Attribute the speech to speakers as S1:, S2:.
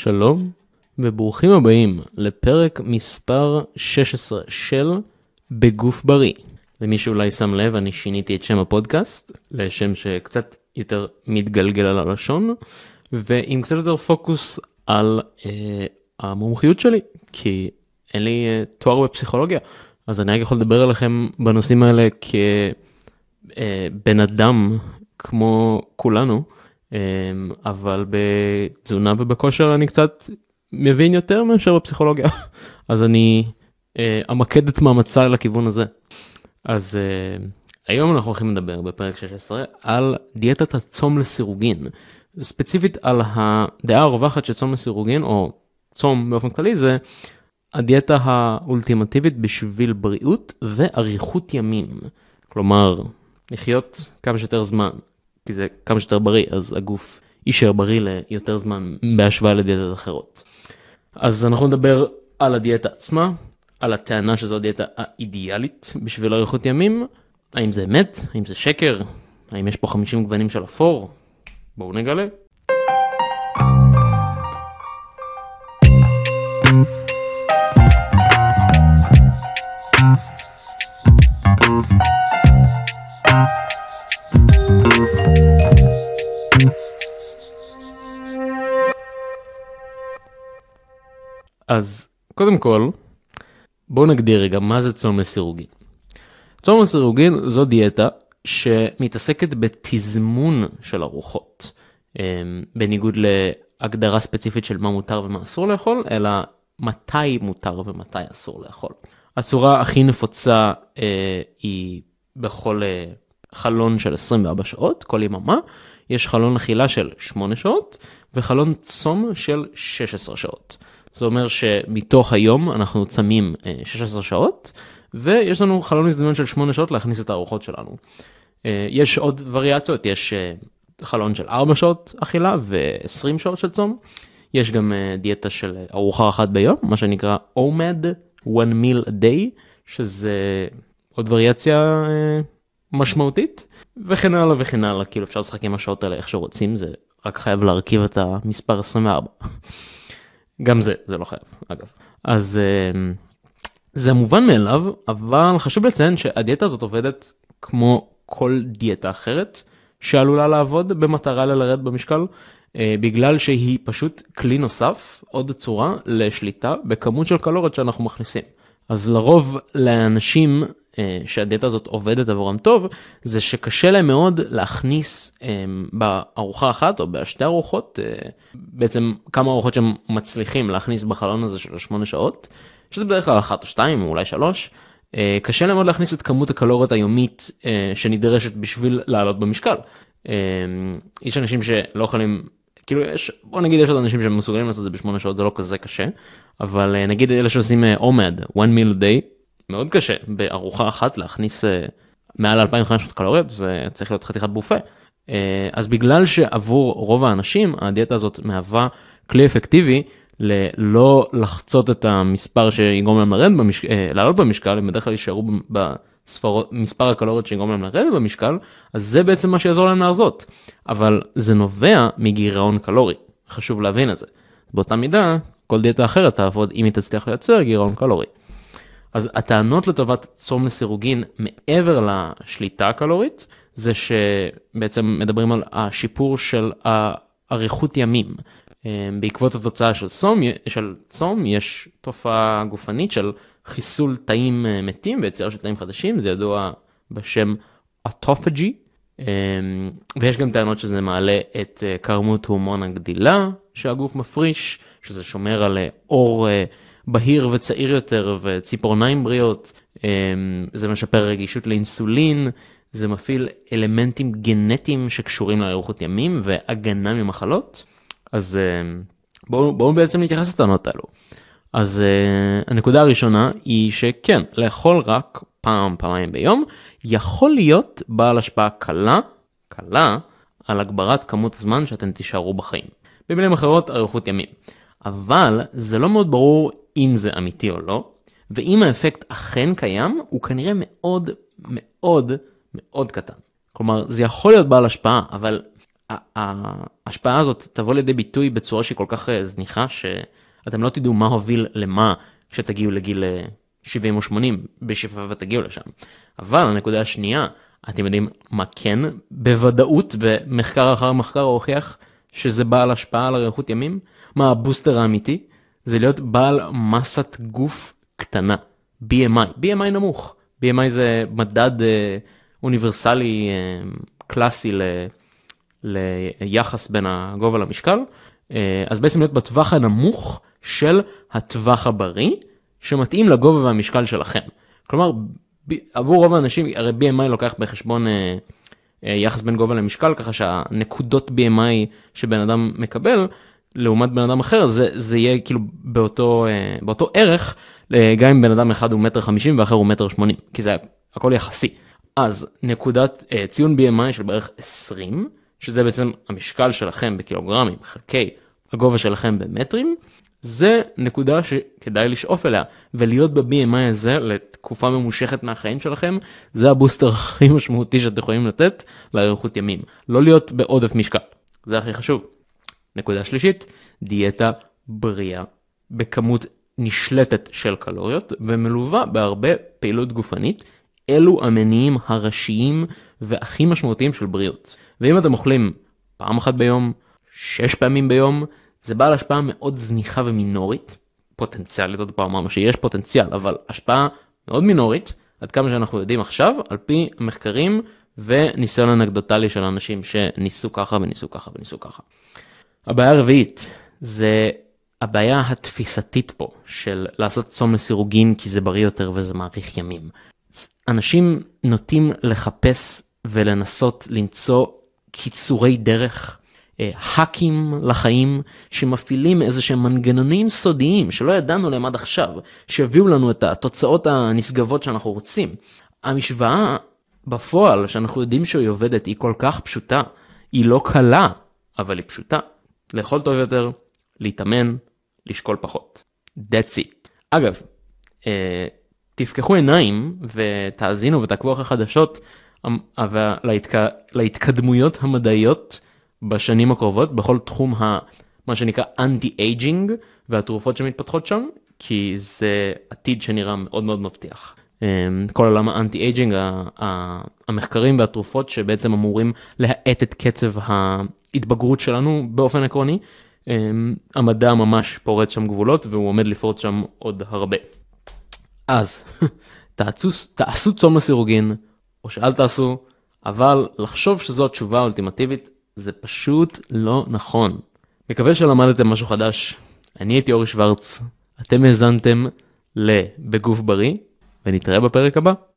S1: שלום וברוכים הבאים לפרק מספר 16 של בגוף בריא. למי שאולי שם לב, אני שיניתי את שם הפודקאסט לשם שקצת יותר מתגלגל על הלשון ועם קצת יותר פוקוס על המומחיות שלי, כי אין לי תואר בפסיכולוגיה, אז אני רק יכול לדבר עליכם בנושאים האלה כבן אדם כמו כולנו, אבל בתזונה ובכושר אני קצת מבין יותר מאשר בפסיכולוגיה, אז אני אמקד את מאמציי לכיוון הזה. אז היום אנחנו הולכים לדבר בפרק 16 על דיאטת הצום לסירוגין, ספציפית על הדעה הרווחת שצום לסירוגין או צום באופן כללי זה הדיאטה האולטימטיבית בשביל בריאות ואריכות ימים, כלומר לחיות כמה שיותר זמן, כי זה כמה שיותר בריא, אז הגוף יישאר בריא ליותר זמן בהשוואה לדיאטות אחרות. אז אנחנו נדבר על הדיאטה עצמה, על הטענה שזו הדיאטה האידיאלית בשביל אריכות ימים, האם זה אמת, האם זה שקר, האם יש פה 50 גוונים של אפור, בואו נגלה. אז קודם כל, בואו נגדיר רגע מה זה צום לסירוגין. צום לסירוגין זו דיאטה שמתעסקת בתזמון של ארוחות, בניגוד להגדרה ספציפית של מה מותר ומה אסור לאכול, אלא מתי מותר ומתי אסור לאכול. הצורה הכי נפוצה היא בכל חלון של 24 שעות, כל יממה, יש חלון אכילה של 8 שעות וחלון צום של 16 שעות. זה אומר שמתוך היום אנחנו צמים 16 שעות, ויש לנו חלון הזדמנות של 8 שעות להכניס את הארוחות שלנו. יש עוד וריאציות, יש חלון של 4 שעות אכילה ו20 שעות של צום. יש גם דיאטה של ארוחה אחת ביום, מה שנקרא OMAD, One Meal a Day, שזה עוד וריאציה משמעותית, וכן הלאה וכן הלאה, כאילו אפשר לשחק עם השעות האלה איך שרוצים, זה רק חייב להרכיב את המספר 24. גם זה לא חייב, אגב. אז זה מובן מאליו, אבל חשוב לציין שהדיאטה הזאת עובדת כמו כל דיאטה אחרת, שעלולה לעבוד במטרה ללרד במשקל, בגלל שהיא פשוט כלי נוסף, עוד צורה לשליטה בכמות של קלוריות שאנחנו מכניסים. אז לרוב לאנשים שהדיאטה הזאת עובדת עבורם טוב, זה שקשה להם מאוד להכניס בארוחה אחת או בשתי ארוחות, בעצם כמה ארוחות שהם מצליחים להכניס בחלון הזה של 8 שעות, שזה בדרך כלל 1 או 2 או אולי 3, קשה להם מאוד להכניס את כמות הקלוריות היומית שנדרשת בשביל לעלות במשקל. יש אנשים שלא יכולים, כאילו בוא נגיד יש עוד אנשים שמסוגלים לעשות את זה ב8 שעות, זה לא כזה קשה, אבל נגיד אלה שעושים OMAD, One Meal a Day, מאוד קשה בארוחה אחת להכניס מעל 2,500 קלוריות, זה צריך להיות חתיכת בופה. אז בגלל שעבור רוב האנשים הדיאטה הזאת מהווה כלי אפקטיבי לא לחצות את המספר שיגרום להם לעלות במשקל, הם בדרך כלל יישארו במספר הקלוריות שיגרום להם לרדת במשקל, אז זה בעצם מה שיעזור להם להרזות. אבל זה נובע מגירעון קלורי, חשוב להבין את זה. באותה מידה, כל דיאטה אחרת תעבוד אם היא תצליח לייצר גירעון קלורי. אז הטענות לטובת צום לסירוגין מעבר לשליטה הקלורית, זה שבעצם מדברים על השיפור של אריכות ימים. בעקבות התוצאה של צום יש תופעה גופנית של חיסול תאים מתים ויצירה של תאים חדשים, זה ידוע בשם אוטופג'י, ויש גם טענות שזה מעלה את כמות הורמון הגדילה שהגוף מפריש, שזה שומר על אור בהיר וצעיר יותר וציפורניים בריאות, זה משפר רגישות לאינסולין, זה מפעיל אלמנטים גנטיים שקשורים לאריכות ימים והגנה ממחלות. אז בואו בעצם נתייחס לטענות האלו. אז הנקודה הראשונה היא שכן, לאכול רק פעמיים ביום, יכול להיות בעל השפעה קלה על הגברת כמות הזמן שאתם תישארו בחיים. במילים אחרות, אריכות ימים. אבל זה לא מאוד ברור אם זה אמיתי או לא, ואם האפקט אכן קיים, הוא כנראה מאוד מאוד מאוד קטן. כלומר, זה יכול להיות בעל השפעה, אבל ההשפעה הזאת תבוא לידי ביטוי בצורה שהיא כל כך זניחה, שאתם לא תדעו מה הוביל למה כשתגיעו לגיל 70 או 80 בשפע ותגיעו לשם. אבל הנקודה השנייה, אתם יודעים מה כן בוודאות, ומחקר אחר מחקר הוכיח שזה בעל השפעה על אריכות ימים? מה הבוסטר האמיתי? זה להיות בעל מסת גוף קטנה, BMI. BMI נמוך. BMI זה מדד אוניברסלי קלאסי ליחס בין הגובה למשקל. אז בעצם להיות בטווח הנמוך של הטווח הבריא, שמתאים לגובה והמשקל שלכם. כלומר, עבור רוב האנשים, הרי BMI לוקח בחשבון יחס בין גובה למשקל, ככה שהנקודות BMI שבן אדם מקבל, לעומת בן אדם אחר, זה יהיה כאילו באותו ערך, גם אם בן אדם אחד הוא 1.50 מטר ואחר הוא 1.80 מטר, כי זה הכל יחסי. אז נקודת ציון BMI של בערך 20, שזה בעצם המשקל שלכם בקילוגרמים, חלקי הגובה שלכם במטרים, זה נקודה שכדאי לשאוף אליה, ולהיות ב-BMI הזה לתקופה ממושכת מהחיים שלכם, זה הבוסטר הכי משמעותי שאתם יכולים לתת לאריכות ימים. לא להיות בעודף משקל, זה הכי חשוב. נקודה שלישית, דיאטה בריאה, בכמות נשלטת של קלוריות, ומלווה בהרבה פעילות גופנית, אלו המניעים הראשיים והכי משמעותיים של בריאות. ואם אתם אוכלים פעם אחת ביום, 6 פעמים ביום, זה בעל השפעה מאוד זניחה ומינורית, פוטנציאלית, עוד פעם אמרנו שיש פוטנציאל, אבל השפעה מאוד מינורית, עד כמה שאנחנו יודעים עכשיו, על פי מחקרים וניסיון אנקדוטלי של אנשים שניסו ככה וניסו ככה וניסו ככה. הבעיה הרביעית, זה הבעיה התפיסתית פה, של לעשות צום לסירוגין כי זה בריא יותר וזה מאריך ימים. אנשים נוטים לחפש ולנסות למצוא קיצורי דרך, האקים לחיים שמפעילים איזה שהם מנגנונים סודיים שלא ידענו להם עד עכשיו, שהביאו לנו את התוצאות הנשגבות שאנחנו רוצים. המשוואה בפועל שאנחנו יודעים שהיא עובדת היא כל כך פשוטה, היא לא קלה, אבל היא פשוטה. לאכול טוב יותר, להתאמן, לשקול פחות. That's it. אגב, תפקחו עיניים ותאזינו ותעקבו אחרי חדשות להתקדמויות המדעיות בשנים הקרובות, בכל תחום מה שנקרא אנטי-אייג'ינג והתרופות שמתפתחות שם, כי זה עתיד שנראה מאוד מאוד מבטיח. כל עולם האנטי-אייג'ינג, המחקרים והתרופות שבעצם אמורים להאט את קצב ההתבגרות שלנו באופן עקרוני, המדע ממש פורץ שם גבולות והוא עומד לפרוץ שם עוד הרבה. אז תעשו צום לסירוגין, או שאל תעשו, אבל לחשוב שזו התשובה האולטימטיבית, זה פשוט לא נכון. מקווה שלמדתם משהו חדש. אני הייתי אורי שוורץ, אתם האזנתם בגוף בריא, ונתראה בפרק הבא.